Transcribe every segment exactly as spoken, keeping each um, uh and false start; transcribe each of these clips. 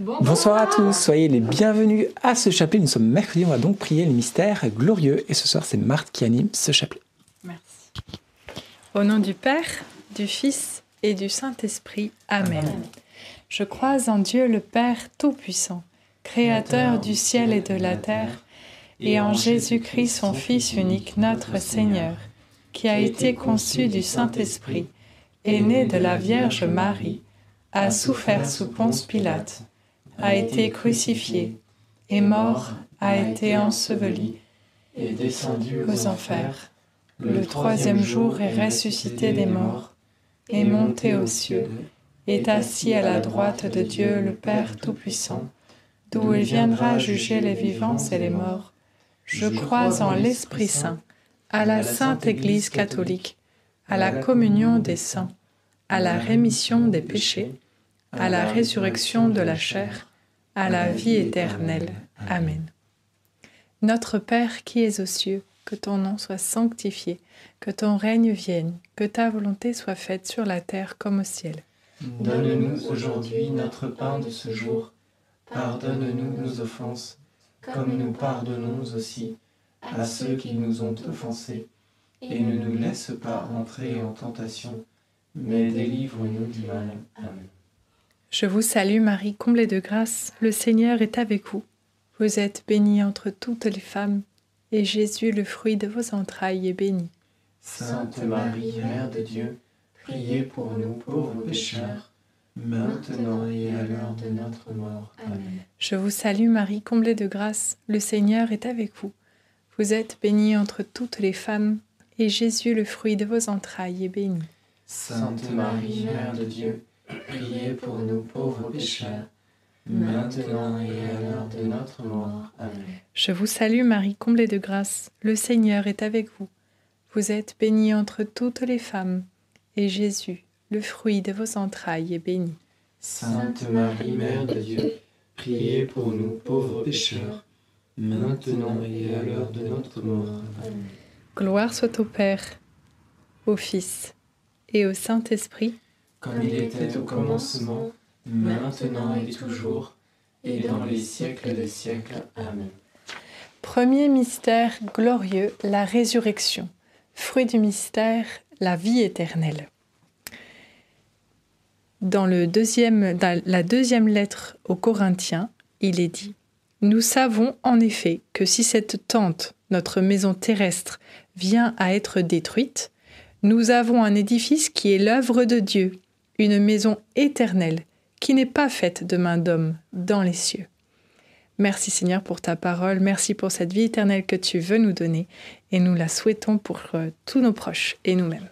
Bonsoir à tous, soyez les bienvenus à ce chapelet. Nous sommes mercredi, on va donc prier le mystère glorieux. Et ce soir, c'est Marthe qui anime ce chapelet. Merci. Au nom du Père, du Fils et du Saint-Esprit. Amen. Amen. Je crois en Dieu le Père Tout-Puissant, Créateur du ciel et de la terre, et en Jésus-Christ, son Fils unique, notre Seigneur, qui a été conçu du Saint-Esprit, est né de la Vierge Marie, a souffert sous Ponce Pilate, a été crucifié, est mort, a été enseveli, est descendu aux enfers. Le troisième jour est ressuscité des morts, est monté aux cieux, est assis à la droite de Dieu le Père Tout-Puissant, d'où il viendra juger les vivants et les morts. Je crois en l'Esprit Saint, à la Sainte Église catholique, à la communion des saints, à la rémission des péchés, à la résurrection de la chair, à la vie éternelle. Amen. Notre Père qui es aux cieux, que ton nom soit sanctifié, que ton règne vienne, que ta volonté soit faite sur la terre comme au ciel. Donne-nous aujourd'hui notre pain de ce jour. Pardonne-nous nos offenses, comme nous pardonnons aussi à ceux qui nous ont offensés. Et ne nous laisse pas entrer en tentation, mais délivre-nous du mal. Amen. Je vous salue Marie, comblée de grâce, le Seigneur est avec vous. Vous êtes bénie entre toutes les femmes, et Jésus, le fruit de vos entrailles, est béni. Sainte Marie, Mère de Dieu, priez pour nous pauvres pécheurs, maintenant et à l'heure de notre mort. Amen. Je vous salue Marie, comblée de grâce, le Seigneur est avec vous. Vous êtes bénie entre toutes les femmes, et Jésus, le fruit de vos entrailles, est béni. Sainte Marie, Mère de Dieu, priez pour nous pauvres pécheurs, maintenant et à l'heure de notre mort. Amen. Je vous salue Marie, comblée de grâce, le Seigneur est avec vous. Vous êtes bénie entre toutes les femmes, et Jésus, le fruit de vos entrailles, est béni. Sainte Marie, Mère de Dieu, priez pour nous pauvres pécheurs, maintenant et à l'heure de notre mort. Amen. Gloire soit au Père, au Fils et au Saint-Esprit, comme il était au commencement, maintenant et toujours, et dans les siècles des siècles. Amen. Premier mystère glorieux, la résurrection. Fruit du mystère, la vie éternelle. Dans, le deuxième, dans la deuxième lettre aux Corinthiens, il est dit « Nous savons en effet que si cette tente, notre maison terrestre, vient à être détruite, nous avons un édifice qui est l'œuvre de Dieu, une maison éternelle qui n'est pas faite de main d'homme dans les cieux. » Merci Seigneur pour ta parole, merci pour cette vie éternelle que tu veux nous donner et nous la souhaitons pour euh, tous nos proches et nous-mêmes.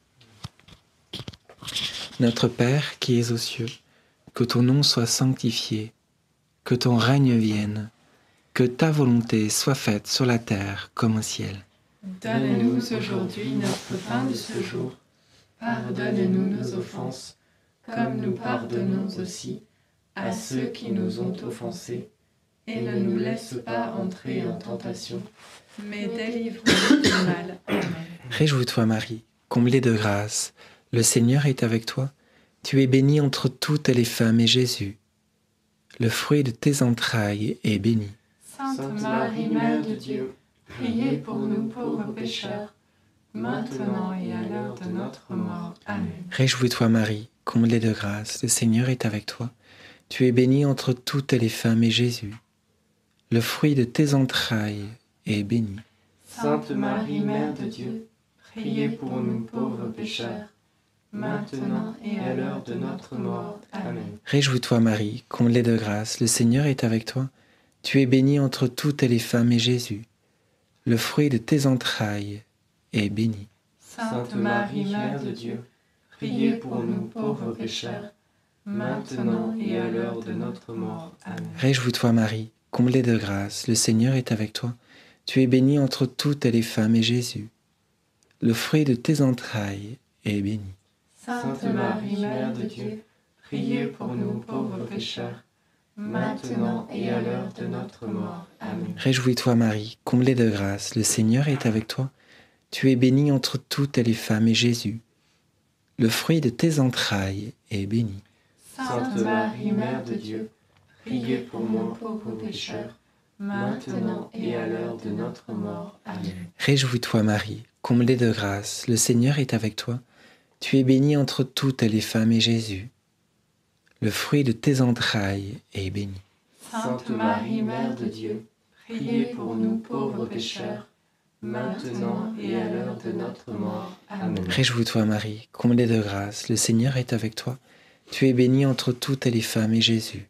Notre Père qui es aux cieux, que ton nom soit sanctifié, que ton règne vienne, que ta volonté soit faite sur la terre comme au ciel. Donne-nous aujourd'hui notre pain de ce jour. Pardonne-nous nos offenses, comme nous pardonnons aussi à ceux qui nous ont offensés. Et ne nous laisse pas entrer en tentation, mais délivre-nous du mal. Amen. Réjouis-toi Marie, comblée de grâce, le Seigneur est avec toi. Tu es bénie entre toutes les femmes et Jésus, le fruit de tes entrailles, est béni. Sainte Marie, Mère de Dieu, priez pour nous pauvres pécheurs, maintenant et à l'heure de notre mort. Amen. Réjouis-toi Marie, comblée de grâce, le Seigneur est avec toi. Tu es bénie entre toutes les femmes et Jésus, le fruit de tes entrailles, est béni. Sainte Marie, Mère de Dieu, priez pour nous pauvres pécheurs, maintenant et à l'heure de notre mort. Amen. Réjouis-toi Marie, comblée de grâce, le Seigneur est avec toi. Tu es bénie entre toutes les femmes et Jésus, le fruit de tes entrailles, est béni. Sainte Marie, Mère de Dieu, priez pour nous pauvres pécheurs, maintenant et à l'heure de notre mort. Amen. Réjouis-toi Marie, comblée de grâce, le Seigneur est avec toi. Tu es bénie entre toutes les femmes et Jésus, le fruit de tes entrailles, est béni. Sainte Marie, Mère de Dieu, priez pour nous pauvres pécheurs, maintenant et à l'heure de notre mort. Amen. Réjouis-toi Marie, comblée de grâce, le Seigneur est avec toi. Tu es bénie entre toutes les femmes et Jésus, le fruit de tes entrailles, est béni. Sainte Marie, Mère de Dieu, priez pour moi, pauvre pécheur, maintenant et à l'heure de notre mort. Amen. Réjouis-toi Marie, comblée de grâce, le Seigneur est avec toi. Tu es bénie entre toutes les femmes et Jésus, le fruit de tes entrailles, est béni. Sainte Marie, Mère de Dieu, priez pour nous pauvres pécheurs, maintenant et à l'heure de notre mort. Amen. Réjouis-toi Marie, comblée de grâce, le Seigneur est avec toi. Tu es bénie entre toutes les femmes et Jésus,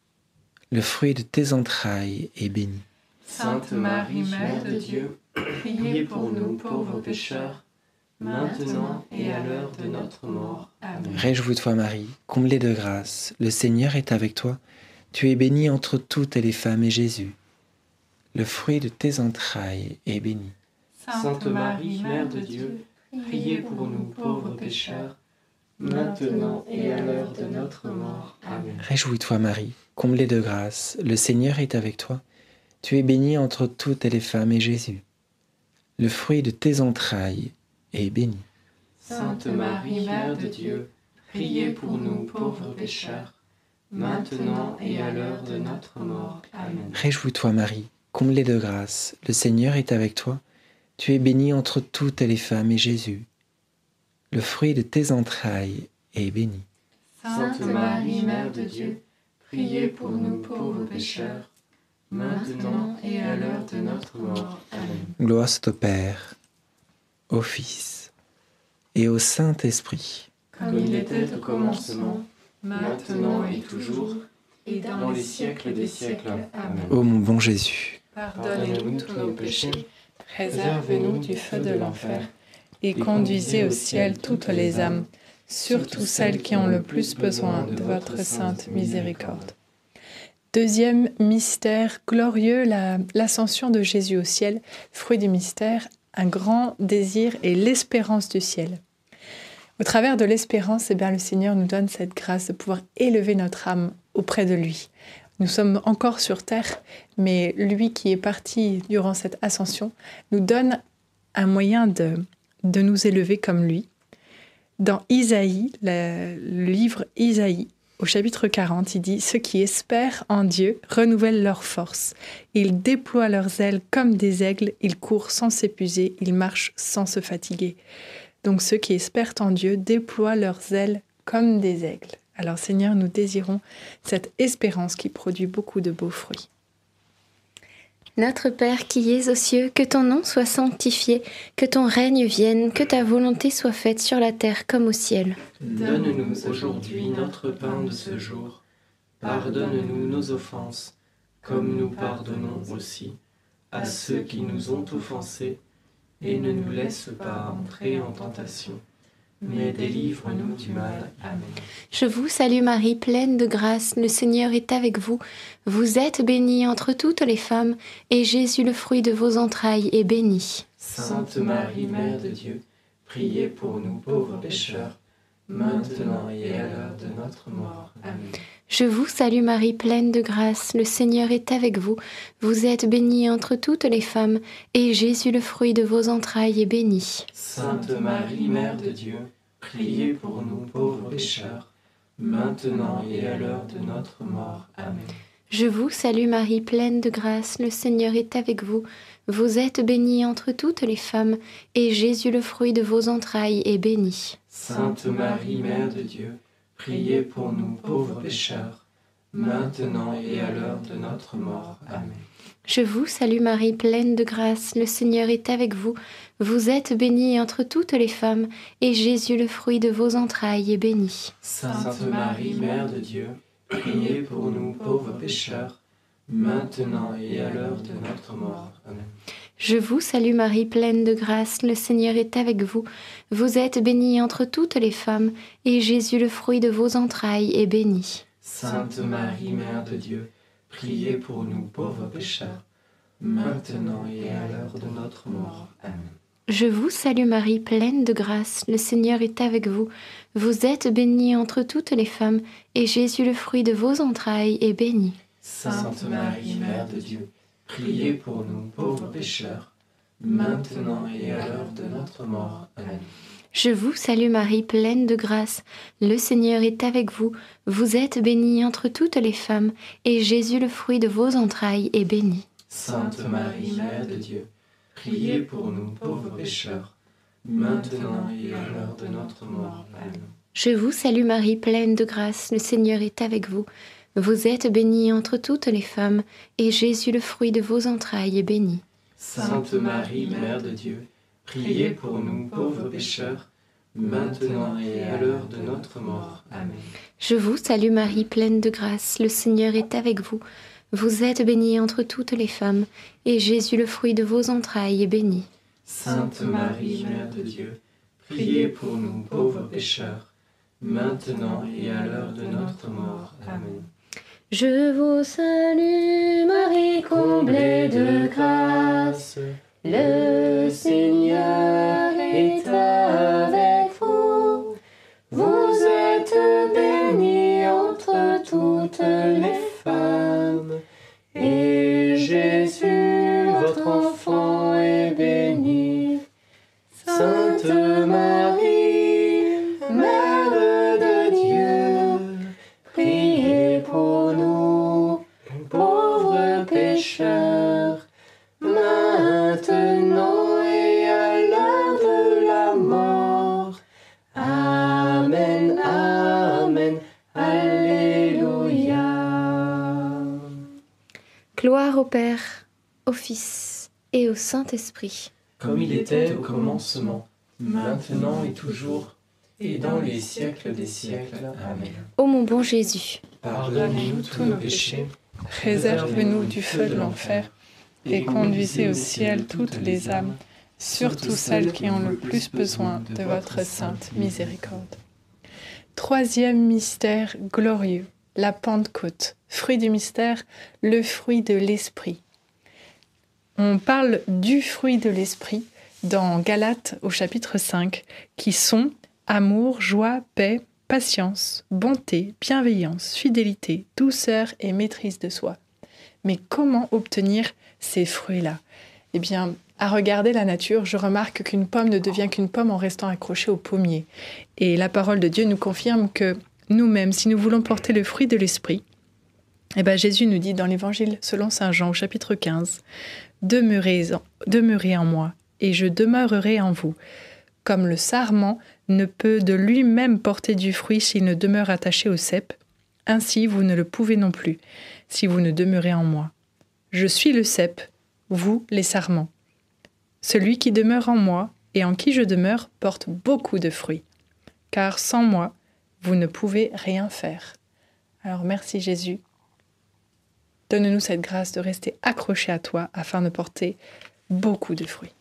le fruit de tes entrailles, est béni. Sainte Marie, Mère de Dieu, priez pour nous pauvres pécheurs, maintenant et à l'heure de notre mort. Amen. Réjouis-toi Marie, comblée de grâce, le Seigneur est avec toi. Tu es bénie entre toutes les femmes et Jésus, le fruit de tes entrailles, est béni. Sainte Marie, Mère de Dieu, priez pour nous pauvres pécheurs, maintenant et à l'heure de notre mort. Amen. Réjouis-toi Marie, comblée de grâce, le Seigneur est avec toi. Tu es bénie entre toutes les femmes et Jésus, le fruit de tes entrailles, est béni. Sainte Marie, Mère de Dieu, priez pour nous pauvres pécheurs, maintenant et à l'heure de notre mort. Amen. Réjouis-toi Marie, comblée de grâce, le Seigneur est avec toi. Tu es bénie entre toutes les femmes et Jésus, le fruit de tes entrailles, est béni. Sainte Marie, Mère de Dieu, priez pour nous pauvres pécheurs, maintenant et à l'heure de notre mort. Amen. Gloire soit au Père, au Fils et au Saint-Esprit. Comme il était au commencement, maintenant et toujours, et dans les siècles des siècles. Amen. Ô mon bon Jésus, Pardonnez-nous tous nos péchés, préservez-nous du feu de l'enfer, et conduisez au ciel toutes les âmes, surtout celles qui ont le plus besoin de votre sainte miséricorde. Deuxième mystère glorieux, la- l'ascension de Jésus au ciel. Fruit du mystère, un grand désir et l'espérance du ciel. Au travers de l'espérance, eh bien, le Seigneur nous donne cette grâce de pouvoir élever notre âme auprès de lui. Nous sommes encore sur terre, mais lui qui est parti durant cette ascension nous donne un moyen de, de nous élever comme lui. Dans Isaïe, le, le livre Isaïe, au chapitre quarante, il dit « Ceux qui espèrent en Dieu renouvellent leur force. Ils déploient leurs ailes comme des aigles, ils courent sans s'épuiser, ils marchent sans se fatiguer. » Donc ceux qui espèrent en Dieu déploient leurs ailes comme des aigles. Alors Seigneur, nous désirons cette espérance qui produit beaucoup de beaux fruits. Notre Père qui es aux cieux, que ton nom soit sanctifié, que ton règne vienne, que ta volonté soit faite sur la terre comme au ciel. Donne-nous aujourd'hui notre pain de ce jour. Pardonne-nous nos offenses, comme nous pardonnons aussi à ceux qui nous ont offensés. Et ne nous laisse pas entrer en tentation, mais délivre-nous du mal. Amen. Je vous salue Marie, pleine de grâce, le Seigneur est avec vous. Vous êtes bénie entre toutes les femmes, et Jésus, le fruit de vos entrailles, est béni. Sainte Marie, Mère de Dieu, priez pour nous pauvres pécheurs, maintenant et à l'heure de notre mort. Amen. Je vous salue Marie, pleine de grâce, le Seigneur est avec vous. Vous êtes bénie entre toutes les femmes, et Jésus, le fruit de vos entrailles, est béni. Sainte Marie, Mère de Dieu, priez pour nous pauvres pécheurs, maintenant et à l'heure de notre mort. Amen. Je vous salue Marie, pleine de grâce, le Seigneur est avec vous. Vous êtes bénie entre toutes les femmes, et Jésus, le fruit de vos entrailles, est béni. Sainte Marie, Mère de Dieu, priez pour nous pauvres pécheurs, maintenant et à l'heure de notre mort. Amen. Je vous salue Marie, pleine de grâce, le Seigneur est avec vous. Vous êtes bénie entre toutes les femmes, et Jésus, le fruit de vos entrailles, est béni. Sainte Marie, Mère de Dieu, priez pour nous pauvres pécheurs, maintenant et à l'heure de notre mort. Amen. Je vous salue Marie, pleine de grâce, le Seigneur est avec vous. Vous êtes bénie entre toutes les femmes, et Jésus, le fruit de vos entrailles, est béni. Sainte Marie, Mère de Dieu, priez pour nous pauvres pécheurs, maintenant et à l'heure de notre mort. Amen. Je vous salue Marie, pleine de grâce, le Seigneur est avec vous. Vous êtes bénie entre toutes les femmes, et Jésus, le fruit de vos entrailles, est béni. Sainte Marie, Mère de Dieu, priez pour nous pauvres pécheurs, maintenant et à l'heure de notre mort. Amen. Je vous salue Marie, pleine de grâce. Le Seigneur est avec vous. Vous êtes bénie entre toutes les femmes, et Jésus, le fruit de vos entrailles, est béni. Sainte Marie, Mère de Dieu, priez pour nous pauvres pécheurs, maintenant et à l'heure de notre mort. Amen. Je vous salue Marie, pleine de grâce. Le Seigneur est avec vous. Vous êtes bénie entre toutes les femmes, et Jésus, le fruit de vos entrailles, est béni. Sainte Marie, Mère de Dieu, priez pour nous pauvres pécheurs, maintenant et à l'heure de notre mort. Amen. Je vous salue Marie, pleine de grâce. Le Seigneur est avec vous. Vous êtes bénie entre toutes les femmes, et Jésus, le fruit de vos entrailles, est béni. Sainte Marie, Mère de Dieu, priez pour nous pauvres pécheurs, maintenant et à l'heure de notre mort. Amen. Je vous salue Marie, comblée de grâce. Le Seigneur est avec vous. Vous êtes bénie entre toutes les femmes, et Jésus, votre enfant, est béni. Sainte Marie, Mère de Dieu, priez pour nous, pauvres pécheurs, maintenant et à l'heure de la mort. Amen, amen, alléluia. Gloire au Père, au Fils et au Saint-Esprit. Comme il était au commencement, maintenant et toujours, et dans les siècles des siècles. Amen. Ô mon bon Jésus, pardonne-nous tous nos péchés, Réserve-nous du feu de l'enfer et conduisez au ciel toutes les âmes, surtout celles qui ont le plus besoin de votre sainte miséricorde. Troisième mystère glorieux, la Pentecôte. Fruit du mystère, le fruit de l'Esprit. On parle du fruit de l'Esprit dans Galates au chapitre cinq, qui sont amour, joie, paix, patience, bonté, bienveillance, fidélité, douceur et maîtrise de soi. Mais comment obtenir ces fruits-là ? Eh bien, à regarder la nature, je remarque qu'une pomme ne devient qu'une pomme en restant accrochée au pommier. Et la parole de Dieu nous confirme que nous-mêmes, si nous voulons porter le fruit de l'Esprit, eh bien Jésus nous dit dans l'Évangile selon saint Jean au chapitre quinze, « Demeurez en, demeurez en moi, et je demeurerai en vous. Comme le sarment ne peut de lui-même porter du fruit s'il ne demeure attaché au cep, ainsi vous ne le pouvez non plus, si vous ne demeurez en moi. Je suis le cep, vous les sarments. Celui qui demeure en moi et en qui je demeure porte beaucoup de fruits, car sans moi, vous ne pouvez rien faire. » Alors merci Jésus. Donne-nous cette grâce de rester accrochés à toi afin de porter beaucoup de fruits.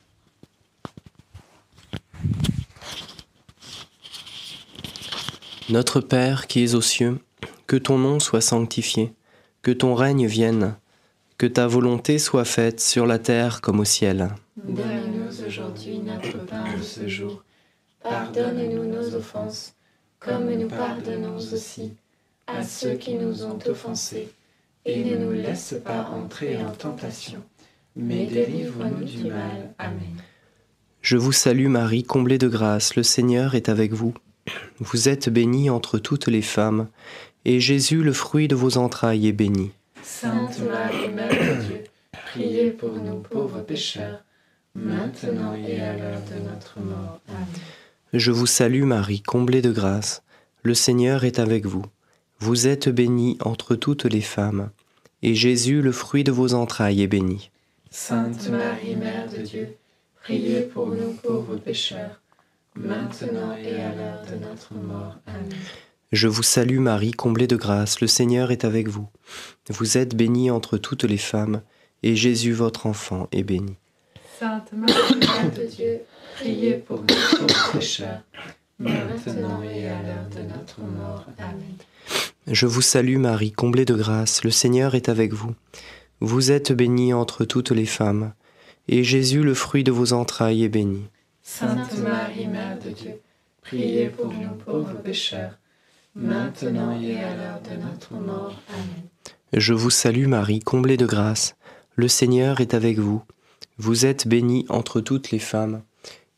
Notre Père qui es aux cieux, que ton nom soit sanctifié, que ton règne vienne, que ta volonté soit faite sur la terre comme au ciel. Donne-nous aujourd'hui notre pain de ce jour. Pardonne-nous nos offenses, comme nous pardonnons aussi à ceux qui nous ont offensés. Et ne nous laisse pas entrer en tentation, mais délivre-nous du mal. Amen. Je vous salue Marie, comblée de grâce, le Seigneur est avec vous. Vous êtes bénie entre toutes les femmes, et Jésus, le fruit de vos entrailles, est béni. Sainte Marie, Mère de Dieu, priez pour nous pauvres pécheurs, maintenant et à l'heure de notre mort. Amen. Je vous salue Marie, comblée de grâce, le Seigneur est avec vous. Vous êtes bénie entre toutes les femmes, et Jésus, le fruit de vos entrailles, est béni. Sainte Marie, Mère de Dieu, priez pour nous pauvres pécheurs, maintenant et à l'heure de notre mort. Amen. Je vous salue Marie, comblée de grâce, le Seigneur est avec vous. Vous êtes bénie entre toutes les femmes, et Jésus, votre enfant, est béni. Sainte Marie, Mère de Dieu, priez pour nous pauvres pécheurs, maintenant et à l'heure de notre mort. Amen. Je vous salue Marie, comblée de grâce, le Seigneur est avec vous. Vous êtes bénie entre toutes les femmes, et Jésus, le fruit de vos entrailles, est béni. Sainte Marie, Mère de Dieu, priez pour nous pauvres pécheurs, maintenant et à l'heure de notre mort. Amen. Je vous salue Marie, comblée de grâce, le Seigneur est avec vous. Vous êtes bénie entre toutes les femmes,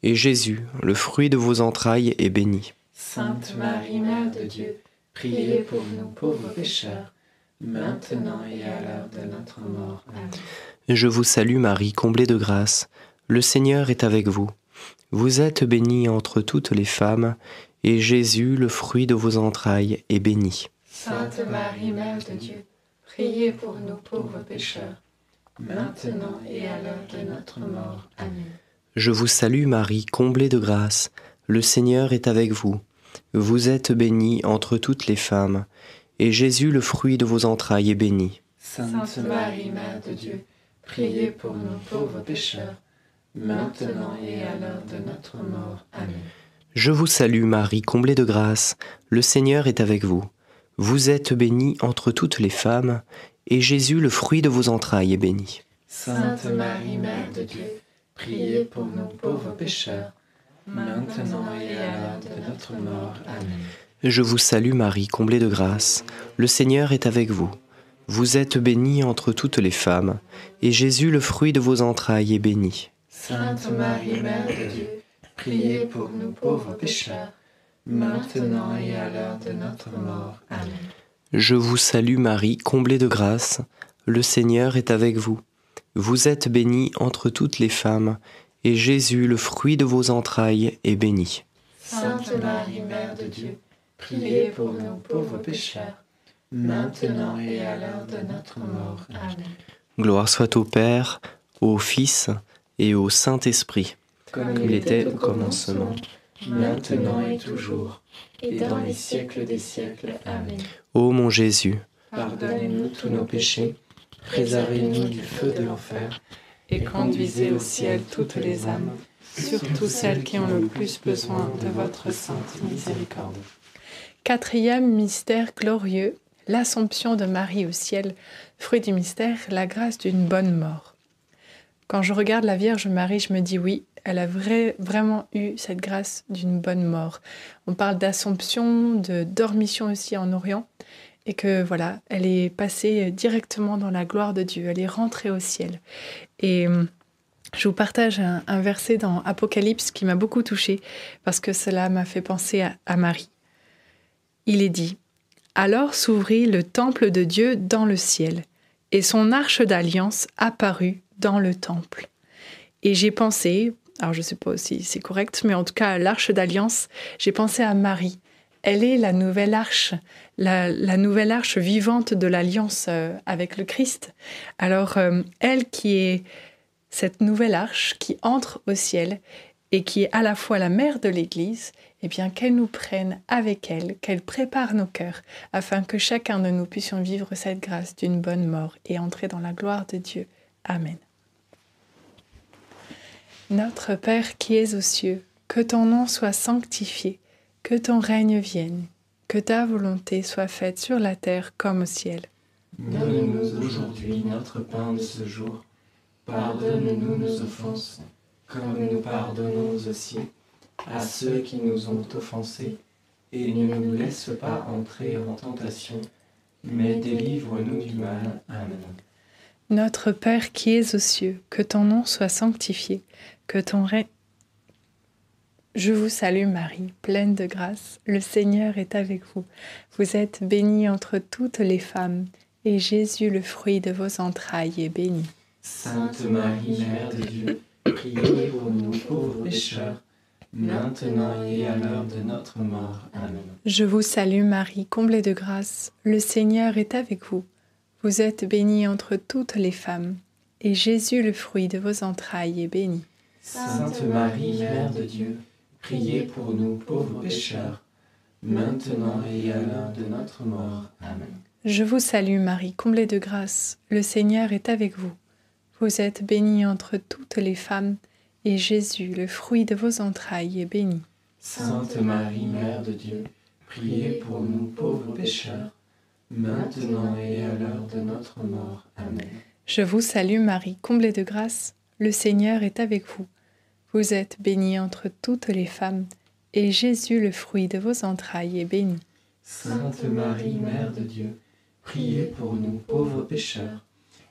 et Jésus, le fruit de vos entrailles, est béni. Sainte Marie, Mère de Dieu, priez pour nous pauvres pécheurs, maintenant et à l'heure de notre mort. Amen. Je vous salue Marie, comblée de grâce. Le Seigneur est avec vous. Vous êtes bénie entre toutes les femmes, et Jésus, le fruit de vos entrailles, est béni. Sainte Marie, Mère de Dieu, priez pour nous pauvres pécheurs, maintenant et à l'heure de notre mort. Amen. Je vous salue Marie, comblée de grâce. Le Seigneur est avec vous. Vous êtes bénie entre toutes les femmes, et Jésus, le fruit de vos entrailles, est béni. Sainte Marie, Mère de Dieu, priez pour nous pauvres pécheurs, maintenant et à l'heure de notre mort. Amen. Je vous salue Marie, comblée de grâce. Le Seigneur est avec vous. Vous êtes bénie entre toutes les femmes, et Jésus, le fruit de vos entrailles, est béni. Sainte Marie, Mère de Dieu, priez pour nous pauvres pécheurs, maintenant et à l'heure de notre mort. Amen. Je vous salue Marie, comblée de grâce. Le Seigneur est avec vous. Vous êtes bénie entre toutes les femmes, et Jésus, le fruit de vos entrailles, est béni. Sainte Marie, Mère de Dieu, priez pour nous pauvres pécheurs, maintenant et à l'heure de notre mort. Amen. Je vous salue Marie, comblée de grâce. Le Seigneur est avec vous. Vous êtes bénie entre toutes les femmes, et Jésus, le fruit de vos entrailles, est béni. Sainte Marie, Mère de Dieu, priez pour nous pauvres pécheurs, maintenant et à l'heure de notre mort. Amen. Gloire soit au Père, au Fils et au Saint-Esprit, comme il était au commencement, maintenant et toujours, et dans les siècles des siècles. Amen. Ô mon Jésus, pardonnez-nous tous nos péchés, préservez-nous du feu de l'enfer, et conduisez au ciel toutes les âmes, surtout celles qui ont le plus besoin de votre sainte miséricorde. Quatrième mystère glorieux, l'Assomption de Marie au ciel, fruit du mystère, la grâce d'une bonne mort. Quand je regarde la Vierge Marie, je me dis oui, elle a vrai, vraiment eu cette grâce d'une bonne mort. On parle d'Assomption, de dormition aussi en Orient, et que voilà, elle est passée directement dans la gloire de Dieu, elle est rentrée au ciel. Et je vous partage un, un verset dans Apocalypse qui m'a beaucoup touchée, parce que cela m'a fait penser à, à Marie. Il est dit « Alors s'ouvrit le temple de Dieu dans le ciel, et son arche d'alliance apparut dans le temple. » Et j'ai pensé, alors je ne sais pas si c'est correct, mais en tout cas, l'arche d'alliance, j'ai pensé à Marie. Elle est la nouvelle arche, la, la nouvelle arche vivante de l'alliance euh, avec le Christ. Alors, euh, elle qui est cette nouvelle arche qui entre au ciel et qui est à la fois la mère de l'Église, eh bien, qu'elle nous prenne avec elle, qu'elle prépare nos cœurs, afin que chacun de nous puissions vivre cette grâce d'une bonne mort et entrer dans la gloire de Dieu. Amen. Notre Père qui es aux cieux, que ton nom soit sanctifié, que ton règne vienne, que ta volonté soit faite sur la terre comme au ciel. Donne-nous aujourd'hui notre pain de ce jour. Pardonne-nous nos offenses, comme nous pardonnons aussi à ceux qui nous ont offensés. Et ne nous laisse pas entrer en tentation, mais délivre-nous du mal. Amen. Notre Père qui es aux cieux, que ton nom soit sanctifié, que ton règne... Je vous salue Marie, pleine de grâce, le Seigneur est avec vous. Vous êtes bénie entre toutes les femmes, et Jésus, le fruit de vos entrailles, est béni. Sainte Marie, Mère de Dieu, priez pour nous pauvres pécheurs, maintenant et à l'heure de notre mort. Amen. Je vous salue Marie, comblée de grâce, le Seigneur est avec vous. Vous êtes bénie entre toutes les femmes, et Jésus, le fruit de vos entrailles, est béni. Sainte Marie, Mère de Dieu, priez pour nous pauvres pécheurs, maintenant et à l'heure de notre mort. Amen. Je vous salue Marie, comblée de grâce, le Seigneur est avec vous. Vous êtes bénie entre toutes les femmes, et Jésus, le fruit de vos entrailles, est béni. Sainte Marie, Mère de Dieu, priez pour nous pauvres pécheurs, maintenant et à l'heure de notre mort. Amen. Je vous salue Marie, comblée de grâce, le Seigneur est avec vous. Vous êtes bénie entre toutes les femmes, et Jésus, le fruit de vos entrailles, est béni. Sainte Marie, Mère de Dieu, priez pour nous pauvres pécheurs,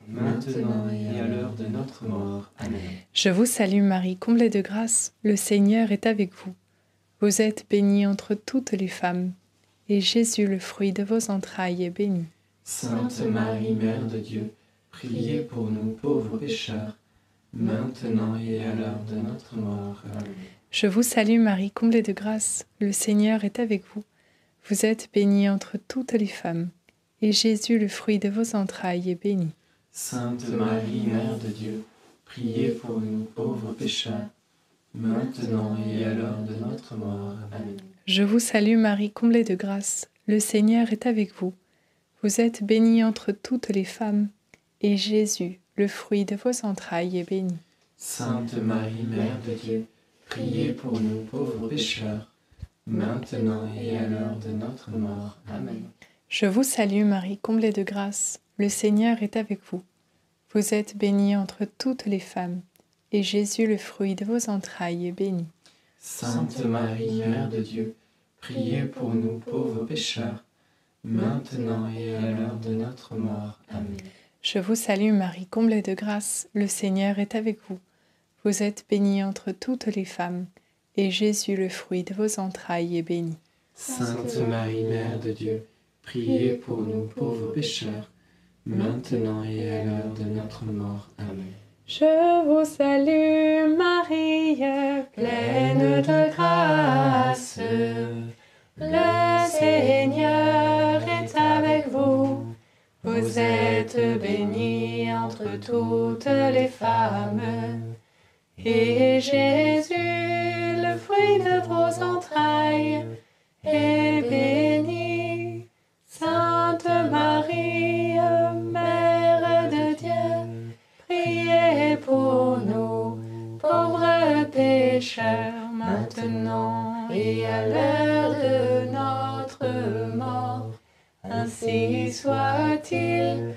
maintenant et à l'heure de notre mort. Amen. Je vous salue Marie, comblée de grâce, le Seigneur est avec vous. Vous êtes bénie entre toutes les femmes, et Jésus, le fruit de vos entrailles, est béni. Sainte Marie, Mère de Dieu, priez pour nous pauvres pécheurs, maintenant et à l'heure de notre mort. Amen. Je vous salue Marie, comblée de grâce, le Seigneur est avec vous. Vous êtes bénie entre toutes les femmes, et Jésus, le fruit de vos entrailles, est béni. Sainte Marie, Mère de Dieu, priez pour nous pauvres pécheurs, maintenant et à l'heure de notre mort. Amen. Je vous salue Marie, comblée de grâce, le Seigneur est avec vous. Vous êtes bénie entre toutes les femmes, et Jésus, le fruit de vos entrailles, est béni. Sainte Marie, Mère de Dieu, priez pour nous pauvres pécheurs, maintenant et à l'heure de notre mort. Amen. Je vous salue Marie, comblée de grâce, le Seigneur est avec vous. Vous êtes bénie entre toutes les femmes, et Jésus, le fruit de vos entrailles, est béni. Sainte Marie, Mère de Dieu, priez pour nous pauvres pécheurs, maintenant et à l'heure de notre mort. Amen. Je vous salue Marie, comblée de grâce, le Seigneur est avec vous. Vous êtes bénie entre toutes les femmes, et Jésus, le fruit de vos entrailles, est béni. Sainte Marie, Mère de Dieu, priez pour nous pauvres pécheurs, maintenant et à l'heure de notre mort. Amen. Je vous salue Marie, pleine de grâce. Le Seigneur est avec vous. Vous êtes bénie entre toutes les femmes. Et Jésus, le fruit de vos entrailles, est béni. Sainte Marie, Mère de Dieu, priez pour nous, pauvres pécheurs, maintenant et à l'heure de notre mort. Ainsi soit-il.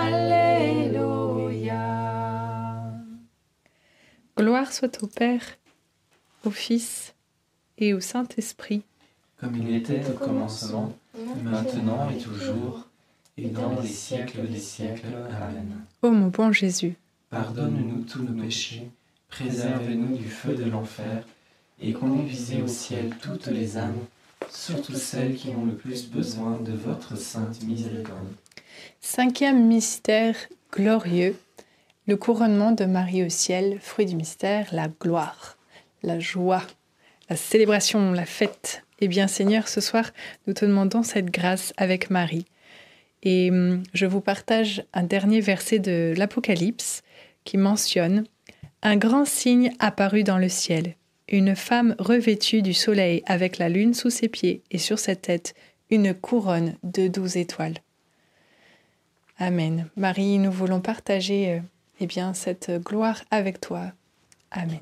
Alléluia. Gloire soit au Père, au Fils et au Saint-Esprit, comme il était au commencement, maintenant et toujours, et dans les siècles des siècles. Amen. Ô mon bon Jésus, pardonne-nous tous nos péchés, préservez-nous du feu de l'enfer, et conduisez au ciel toutes les âmes, surtout celles qui ont le plus besoin de votre sainte miséricorde. Cinquième mystère glorieux, le couronnement de Marie au ciel, fruit du mystère, la gloire, la joie, la célébration, la fête. Eh bien Seigneur, ce soir, nous te demandons cette grâce avec Marie. Et je vous partage un dernier verset de l'Apocalypse qui mentionne « Un grand signe apparut dans le ciel, une femme revêtue du soleil avec la lune sous ses pieds et sur sa tête une couronne de douze étoiles. » Amen. Marie, nous voulons partager euh, eh bien, cette gloire avec toi. Amen.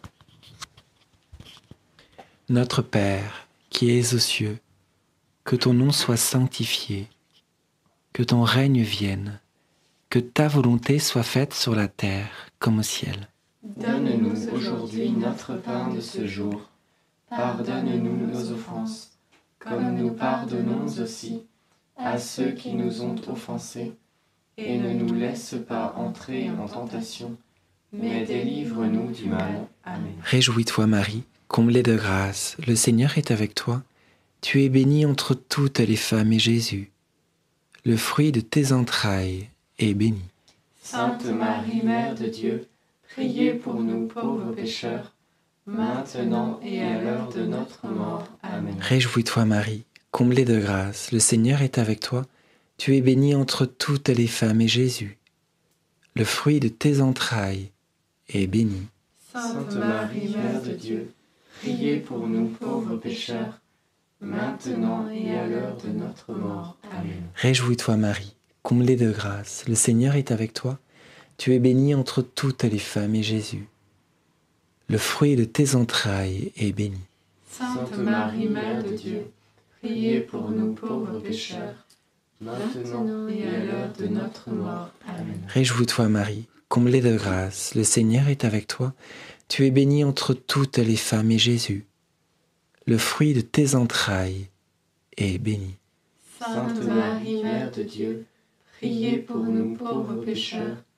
Notre Père, qui es aux cieux, que ton nom soit sanctifié, que ton règne vienne, que ta volonté soit faite sur la terre comme au ciel. Donne-nous aujourd'hui notre pain de ce jour. Pardonne-nous nos offenses, comme nous pardonnons aussi à ceux qui nous ont offensés. Et ne nous laisse pas entrer en tentation, mais délivre-nous du mal. Amen. Réjouis-toi Marie, comblée de grâce, le Seigneur est avec toi. Tu es bénie entre toutes les femmes et Jésus, le fruit de tes entrailles, est béni. Sainte Marie, Mère de Dieu, priez pour nous pauvres pécheurs, maintenant et à l'heure de notre mort. Amen. Réjouis-toi Marie, comblée de grâce, le Seigneur est avec toi. Tu es bénie entre toutes les femmes et Jésus, le fruit de tes entrailles, est béni. Sainte Marie, Mère de Dieu, priez pour nous pauvres pécheurs, maintenant et à l'heure de notre mort. Amen. Réjouis-toi Marie, comblée de grâce, le Seigneur est avec toi. Tu es bénie entre toutes les femmes et Jésus, le fruit de tes entrailles, est béni. Sainte Marie, Mère de Dieu, priez pour nous pauvres pécheurs, maintenant et à l'heure de notre mort. Amen. Réjouis-toi Marie, comblée de grâce, le Seigneur est avec toi. Tu es bénie entre toutes les femmes et Jésus, le fruit de tes entrailles, est béni. Sainte Marie, Mère de Dieu, priez pour nous pauvres pécheurs,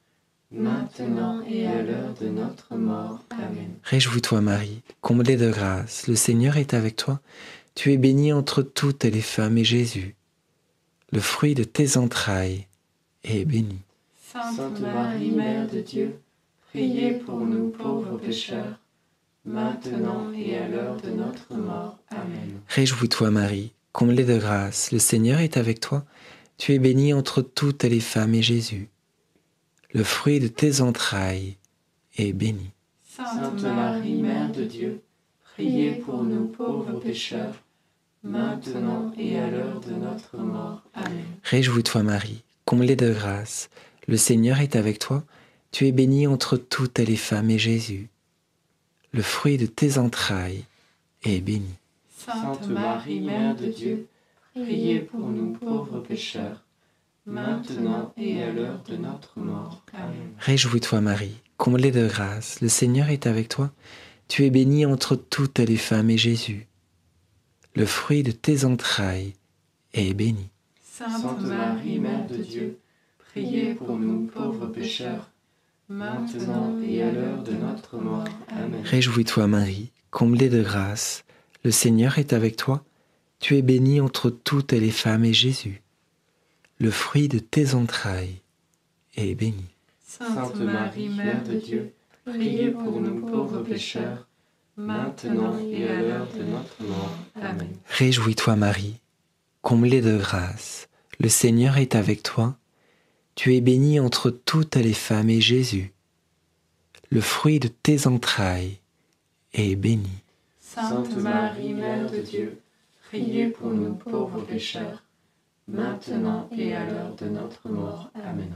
maintenant et à l'heure de notre mort. Amen. Réjouis-toi Marie, comblée de grâce, le Seigneur est avec toi. Tu es bénie entre toutes les femmes et Jésus, le fruit de tes entrailles, est béni. Sainte Marie, Mère de Dieu, priez pour nous pauvres pécheurs, maintenant et à l'heure de notre mort. Amen. Réjouis-toi Marie, comblée de grâce, le Seigneur est avec toi. Tu es bénie entre toutes les femmes et Jésus, le fruit de tes entrailles, est béni. Sainte Marie, Mère de Dieu, priez pour nous pauvres pécheurs, maintenant et à l'heure de notre mort. Amen. Réjouis-toi Marie, comblée de grâce, le Seigneur est avec toi. Tu es bénie entre toutes les femmes et Jésus, le fruit de tes entrailles, est béni. Sainte Marie, Mère de Dieu, priez pour nous pauvres pécheurs, maintenant et à l'heure de notre mort. Amen. Réjouis-toi Marie, comblée de grâce, le Seigneur est avec toi. Tu es bénie entre toutes les femmes et Jésus, le fruit de tes entrailles, est béni. Sainte Marie, Mère de Dieu, priez pour nous pauvres pécheurs, maintenant et à l'heure de notre mort. Amen. Réjouis-toi Marie, comblée de grâce, le Seigneur est avec toi. Tu es bénie entre toutes les femmes et Jésus, le fruit de tes entrailles, est béni. Sainte Marie, Mère de Dieu, priez pour nous pauvres pécheurs, maintenant et à l'heure de notre mort. Amen. Réjouis-toi Marie, comblée de grâce, le Seigneur est avec toi. Tu es bénie entre toutes les femmes et Jésus, le fruit de tes entrailles, est béni. Sainte Marie, Mère de Dieu, priez pour nous pauvres pécheurs, maintenant et à l'heure de notre mort. Amen.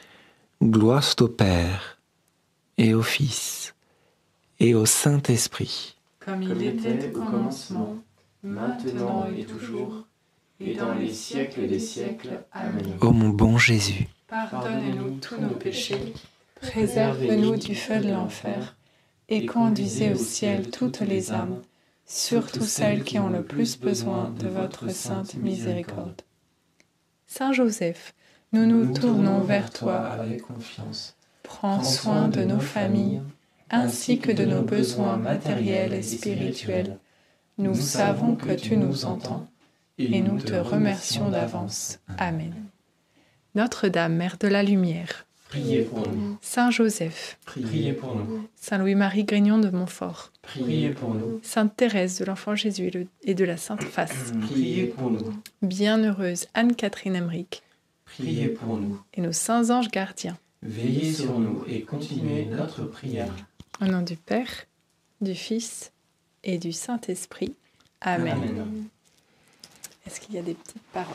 Gloire soit au Père, et au Fils, et au Saint-Esprit. Comme il était au commencement, maintenant et toujours, et dans les siècles des siècles. Amen. Ô mon bon Jésus, pardonne-nous tous nos péchés, Préserve-nous du feu de l'enfer et conduisez au ciel toutes les âmes, surtout celles qui ont le plus besoin de votre sainte miséricorde. Saint Joseph, nous nous tournons vers toi avec confiance. Prends soin de nos familles, ainsi que de nos besoins matériels et spirituels. Nous savons que tu nous entends et nous te remercions d'avance. Amen. Notre-Dame, Mère de la Lumière, Priez pour nous. Saint Joseph, Priez pour nous. Saint Louis-Marie Grignon de Montfort, Priez pour nous. Sainte Thérèse de l'Enfant Jésus et le- et de la Sainte Face, Priez pour nous. Bienheureuse Anne-Catherine Emmerich Priez pour nous. et nos saints anges gardiens. Veillez sur nous et continuez notre prière. Au nom du Père, du Fils et du Saint-Esprit. Amen. Amen. Est-ce qu'il y a des petites paroles?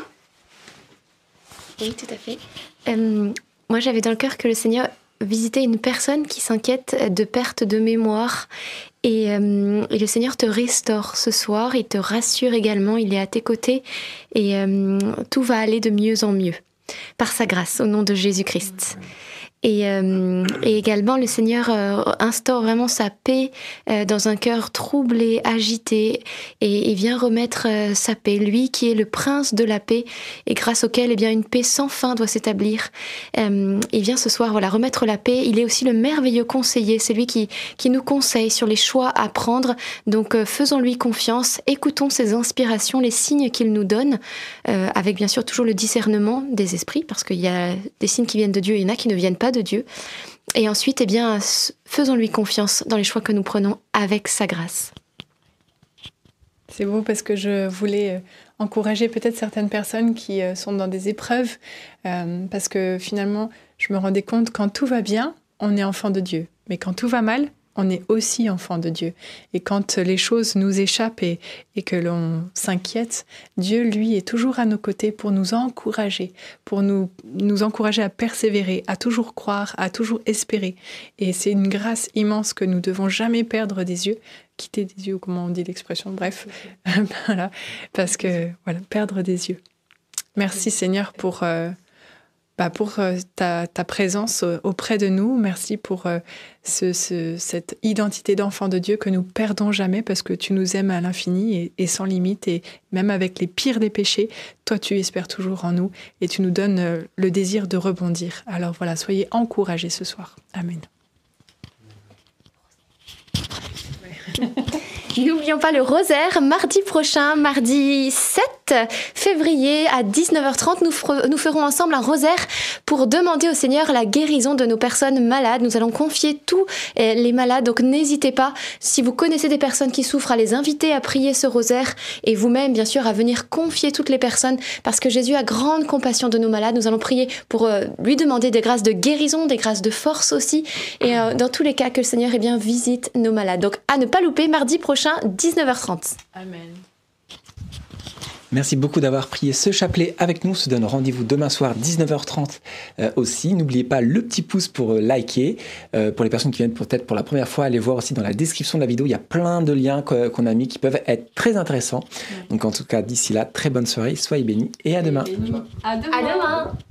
Oui, tout à fait. Euh, moi, j'avais dans le cœur que le Seigneur visitait une personne qui s'inquiète de perte de mémoire. Et, euh, et le Seigneur te restaure ce soir, il te rassure également, il est à tes côtés. Et euh, tout va aller de mieux en mieux, par sa grâce, au nom de Jésus-Christ. Et, euh, et également, le Seigneur euh, instaure vraiment sa paix euh, dans un cœur troublé, agité, et, et vient remettre euh, sa paix. Lui qui est le prince de la paix, et grâce auquel eh bien, une paix sans fin doit s'établir. Euh, il vient ce soir voilà, remettre la paix. Il est aussi le merveilleux conseiller, c'est lui qui, qui nous conseille sur les choix à prendre. Donc euh, faisons-lui confiance, écoutons ses inspirations, les signes qu'il nous donne, euh, avec bien sûr toujours le discernement des esprits, parce qu'il y a des signes qui viennent de Dieu, et il y en a qui ne viennent pas de Dieu. Et ensuite, eh bien, faisons-lui confiance dans les choix que nous prenons avec sa grâce. C'est beau parce que je voulais encourager peut-être certaines personnes qui sont dans des épreuves, euh, parce que finalement, je me rendais compte, quand tout va bien, on est enfant de Dieu. Mais quand tout va mal, on est aussi enfant de Dieu. Et quand les choses nous échappent et, et que l'on s'inquiète, Dieu, lui, est toujours à nos côtés pour nous encourager, pour nous, nous encourager à persévérer, à toujours croire, à toujours espérer. Et c'est une grâce immense que nous devons jamais perdre des yeux, quitter des yeux, comment on dit l'expression, bref, voilà, parce que, voilà, perdre des yeux. Merci Seigneur pour, euh, bah, pour euh, ta, ta présence euh, auprès de nous. Merci pour euh, ce, ce, cette identité d'enfant de Dieu que nous perdons jamais parce que tu nous aimes à l'infini et, et sans limite. Et même avec les pires des péchés, toi, tu espères toujours en nous et tu nous donnes euh, le désir de rebondir. Alors voilà, soyez encouragés ce soir. Amen. N'oublions pas le rosaire, mardi prochain, mardi sept février à dix-neuf heures trente, nous, fer- nous ferons ensemble un rosaire pour demander au Seigneur la guérison de nos personnes malades. Nous allons confier tous les malades, donc n'hésitez pas, si vous connaissez des personnes qui souffrent, à les inviter à prier ce rosaire et vous-même, bien sûr, à venir confier toutes les personnes parce que Jésus a grande compassion de nos malades. Nous allons prier pour euh, lui demander des grâces de guérison, des grâces de force aussi et euh, dans tous les cas, que le Seigneur eh bien, visite nos malades. Donc à ne pas louper, mardi prochain, dix-neuf heures trente. Amen. Merci beaucoup d'avoir prié ce chapelet avec nous. On se donne rendez-vous demain soir, dix-neuf heures trente euh, aussi. N'oubliez pas le petit pouce pour euh, liker. Euh, pour les personnes qui viennent peut-être pour la première fois, allez voir aussi dans la description de la vidéo. Il y a plein de liens qu- qu'on a mis qui peuvent être très intéressants. Ouais. Donc en tout cas, d'ici là, très bonne soirée. Soyez bénis et à demain. À demain. À demain.